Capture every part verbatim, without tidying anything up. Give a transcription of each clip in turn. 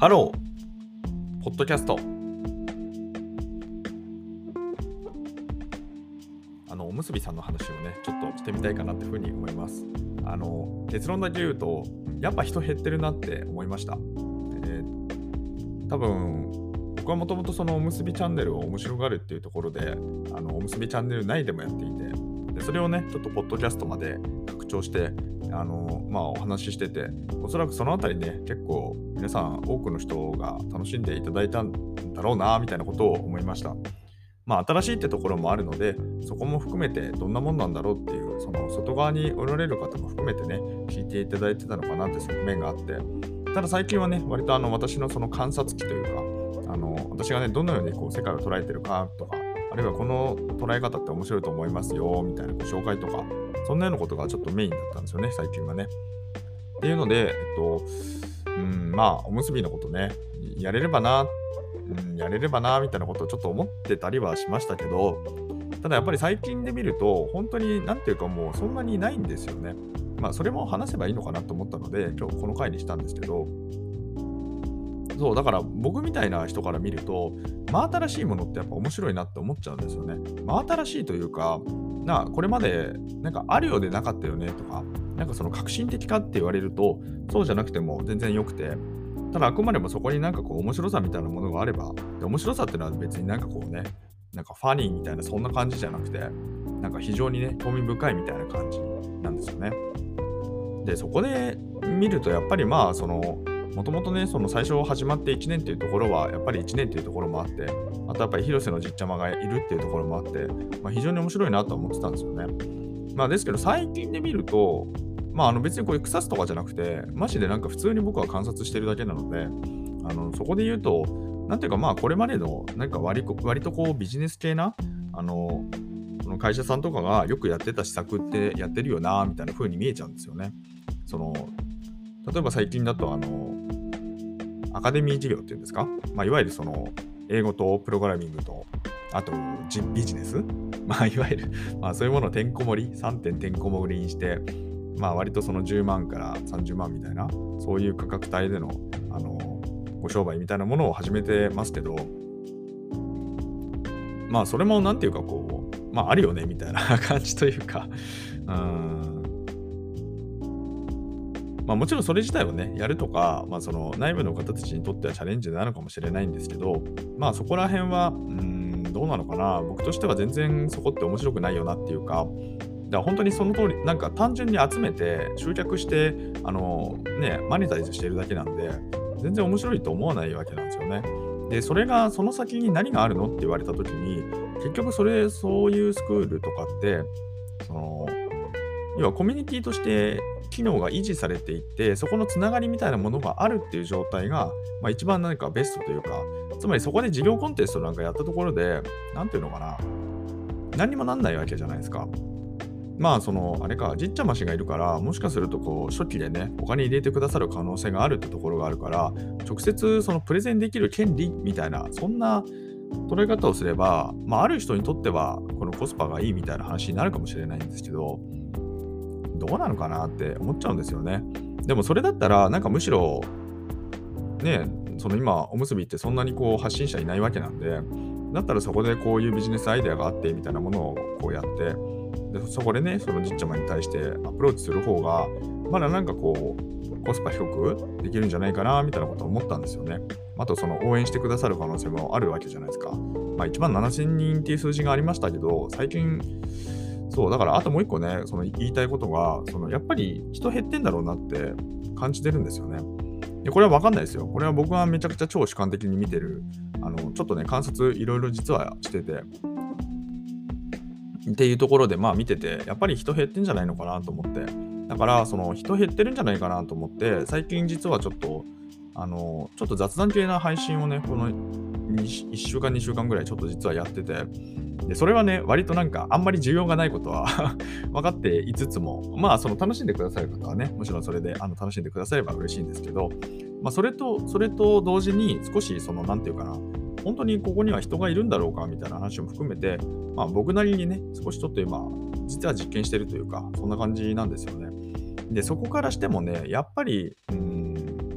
ハロー、ポッドキャスト。あの、おむすびさんの話をね、ちょっとしてみたいかなっていうふうに思います。あの、結論だけ言うと、やっぱ人減ってるなって思いました。えー、多分、僕はもともとそのおむすびチャンネルを面白がるっていうところで、あの、おむすびチャンネル内でもやっていて、でそれをね、ちょっとポッドキャストまで拡張して、あのまあ、お話ししてて、おそらくそのあたりね、結構皆さん多くの人が楽しんでいただいたんだろうなみたいなことを思いました。まあ、新しいってところもあるので、そこも含めてどんなもんなんだろうっていう、その外側におられる方も含めてね、聞いていただいてたのかなって側面があって、ただ最近はね、割とあの私のその観察期というか、あの私がね、どのようにこう世界を捉えてるかとか、あるいはこの捉え方って面白いと思いますよみたいなご紹介とか、そんなようなことがちょっとメインだったんですよね、最近はね。っていうので、えっと、うん、まあ、おむすびのことね、やれればな、うん、やれればな、みたいなことをちょっと思ってたりはしましたけど、ただやっぱり最近で見ると、本当になんていうかもうそんなにないんですよね。まあ、それも話せばいいのかなと思ったので、今日この回にしたんですけど、そう、だから僕みたいな人から見ると、真新しいものってやっぱ面白いなって思っちゃうんですよね。真新しいというか、なこれまでなんかあるようでなかったよねとか、なんかその革新的かって言われると、そうじゃなくても全然良くて、ただあくまでもそこになんかこう面白さみたいなものがあれば、で面白さっていうのは別になんかこうね、なんかファニーみたいなそんな感じじゃなくて、なんか非常にね、興味深いみたいな感じなんですよね。で、そこで見るとやっぱりまあその、もともとね、その最初始まっていちねんっていうところは、やっぱりいちねんっていうところもあって、あとやっぱり広瀬のじっちゃまがいるっていうところもあって、まあ、非常に面白いなと思ってたんですよね。まあですけど最近で見ると、まああの別にこういう草津とかじゃなくて、マジでなんか普通に僕は観察してるだけなので、あのそこで言うと、なんていうかまあこれまでのなんか割こ割とこうビジネス系な、あの、その会社さんとかがよくやってた施策ってやってるよな、みたいな風に見えちゃうんですよね。その、例えば最近だとあの、アカデミー事業っていうんですか、まあ、いわゆるその英語とプログラミングとあとビジネス、まあ、いわゆる、まあ、そういうものをてんこ盛りさんてんてんこ盛りにして、まあ、割とそのじゅうまんからさんじゅうまんみたいなそういう価格帯での、あのご商売みたいなものを始めてますけど、まあそれもなんていうかこうまああるよねみたいな感じというか、うーんまあもちろんそれ自体をね、やるとか、まあその内部の方たちにとってはチャレンジなのかもしれないんですけど、まあそこら辺は、うーん、どうなのかな。僕としては全然そこって面白くないよなっていうか、だから本当にその通り、なんか単純に集めて集客して、あのね、マネタイズしてるだけなんで、全然面白いと思わないわけなんですよね。で、それがその先に何があるのって言われたときに、結局それ、そういうスクールとかって、その、要はコミュニティとして機能が維持されていって、そこのつながりみたいなものがあるっていう状態が、まあ、一番何かベストというか、つまりそこで事業コンテストなんかやったところで、なんていうのかな、何にもなんないわけじゃないですか。まあ、その、あれか、じっちゃましがいるから、もしかすると、こう、初期でね、お金入れてくださる可能性があるってところがあるから、直接、その、プレゼンできる権利みたいな、そんな捉え方をすれば、まあ、ある人にとっては、このコスパがいいみたいな話になるかもしれないんですけど、どうなのかなって思っちゃうんですよね。でもそれだったら、なんかむしろ、ね、その今、おむすびってそんなにこう発信者いないわけなんで、だったらそこでこういうビジネスアイデアがあってみたいなものをこうやって、でそこでね、そのじっちゃまに対してアプローチする方が、まだなんかこう、コスパ低くできるんじゃないかなみたいなことを思ったんですよね。あとその応援してくださる可能性もあるわけじゃないですか。まあいちまんななせんにんっていう数字がありましたけど、最近、そう、だからあともう一個ね、その言いたいことが、そのやっぱり人減ってんだろうなって感じてるんですよね。でこれは分かんないですよ。これは僕がめちゃくちゃ超主観的に見てる、あの、ちょっとね、観察いろいろ実はしてて、っていうところでまあ見てて、やっぱり人減ってんじゃないのかなと思って。だから、その人減ってるんじゃないかなと思って、最近実はちょっと、あの、ちょっと雑談系な配信をね、このいっしゅうかん、にしゅうかんぐらいちょっと実はやってて、で、それはね、割となんかあんまり需要がないことは分かっていつつも、まあその楽しんでくださる方はね、もちろんそれであの楽しんでくだされば嬉しいんですけど、まあそれと、それと同時に少しその、なんていうかな、本当にここには人がいるんだろうかみたいな話も含めて、まあ僕なりにね、少しちょっと今、実は実験してるというか、そんな感じなんですよね。で、そこからしてもね、やっぱり、うーん、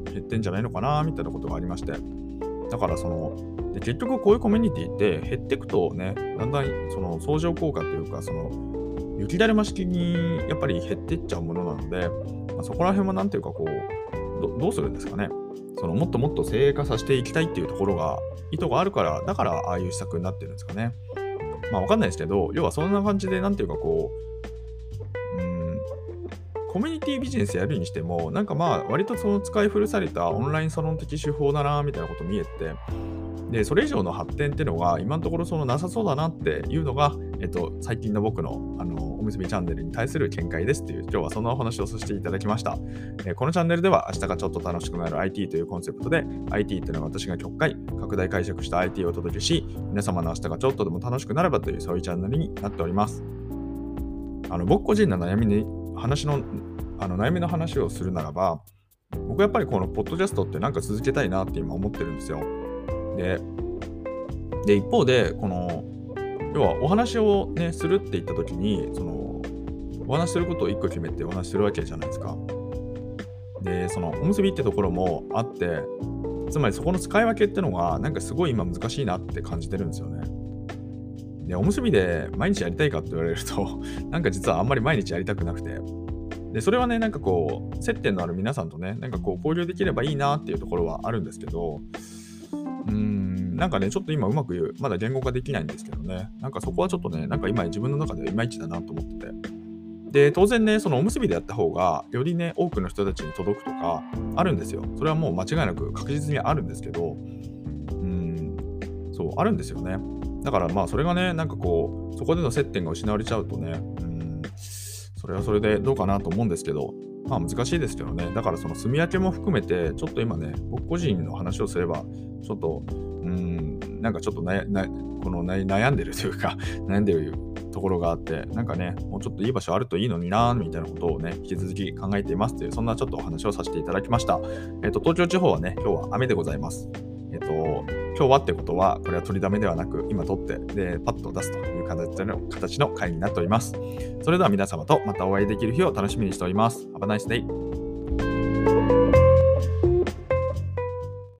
減ってんじゃないのかなみたいなことがありまして。だからその、で結局こういうコミュニティって減っていくとね、だんだんその相乗効果というか、その雪だるま式にやっぱり減っていっちゃうものなので、まあ、そこら辺はなんていうかこうど、どうするんですかね。そのもっともっと先鋭化させていきたいっていうところが、意図があるから、だからああいう施策になってるんですかね。まあわかんないですけど、要はそんな感じでなんていうかこう、うーん、コミュニティビジネスやるにしても、なんかまあ割とその使い古されたオンラインサロン的手法だなみたいなこと見えて、で、それ以上の発展っていうのが今のところそのなさそうだなっていうのが、えっと、最近の僕の、あのおむすびチャンネルに対する見解ですっていう、今日はそんなお話をさせていただきました。えーこのチャンネルでは明日がちょっと楽しくなる アイティー というコンセプトで、アイティー っていうのは私が極快、拡大解釈した アイティー をお届けし、皆様の明日がちょっとでも楽しくなればというそういうチャンネルになっております。あの僕個人の悩みに話のあの悩みの話をするならば、僕やっぱりこのポッドキャストってなんか続けたいなって今思ってるんですよ。で、で一方でこの要はお話をねするって言った時に、そのお話しすることを一個決めてお話しするわけじゃないですか。で、そのおむすびってところもあって、つまりそこの使い分けってのがなんかすごい今難しいなって感じてるんですよね。で、おむすびで毎日やりたいかって言われるとなんか実はあんまり毎日やりたくなくて、でそれはね、なんかこう接点のある皆さんとね、なんかこう交流できればいいなっていうところはあるんですけど、うーんなんかね、ちょっと今うまくまだ言語化できないんですけどね、なんかそこはちょっとね、なんか今自分の中ではいまいちだなと思ってて、で当然ね、そのおむすびでやった方がよりね多くの人たちに届くとかあるんですよ。それはもう間違いなく確実にあるんですけど、うーんそうあるんですよね。だからまあそれがね、なんかこうそこでの接点が失われちゃうとね、うーんそれはそれでどうかなと思うんですけど、まあ難しいですけどね。だからその住み分けも含めて、ちょっと今ね、僕個人の話をすれば、ちょっと、うーん、なんかちょっとななこの悩んでるというか、悩んでるところがあって、なんかね、もうちょっといい場所あるといいのにな、みたいなことをね、引き続き考えていますという、そんなちょっとお話をさせていただきました。えっと、東京地方はね、今日は雨でございます。えっと、今日はってことは、これは取りだめではなく、今取って、で、パッと出すという形の形の回になっております。それでは皆様とまたお会いできる日を楽しみにしております。Have a nice day!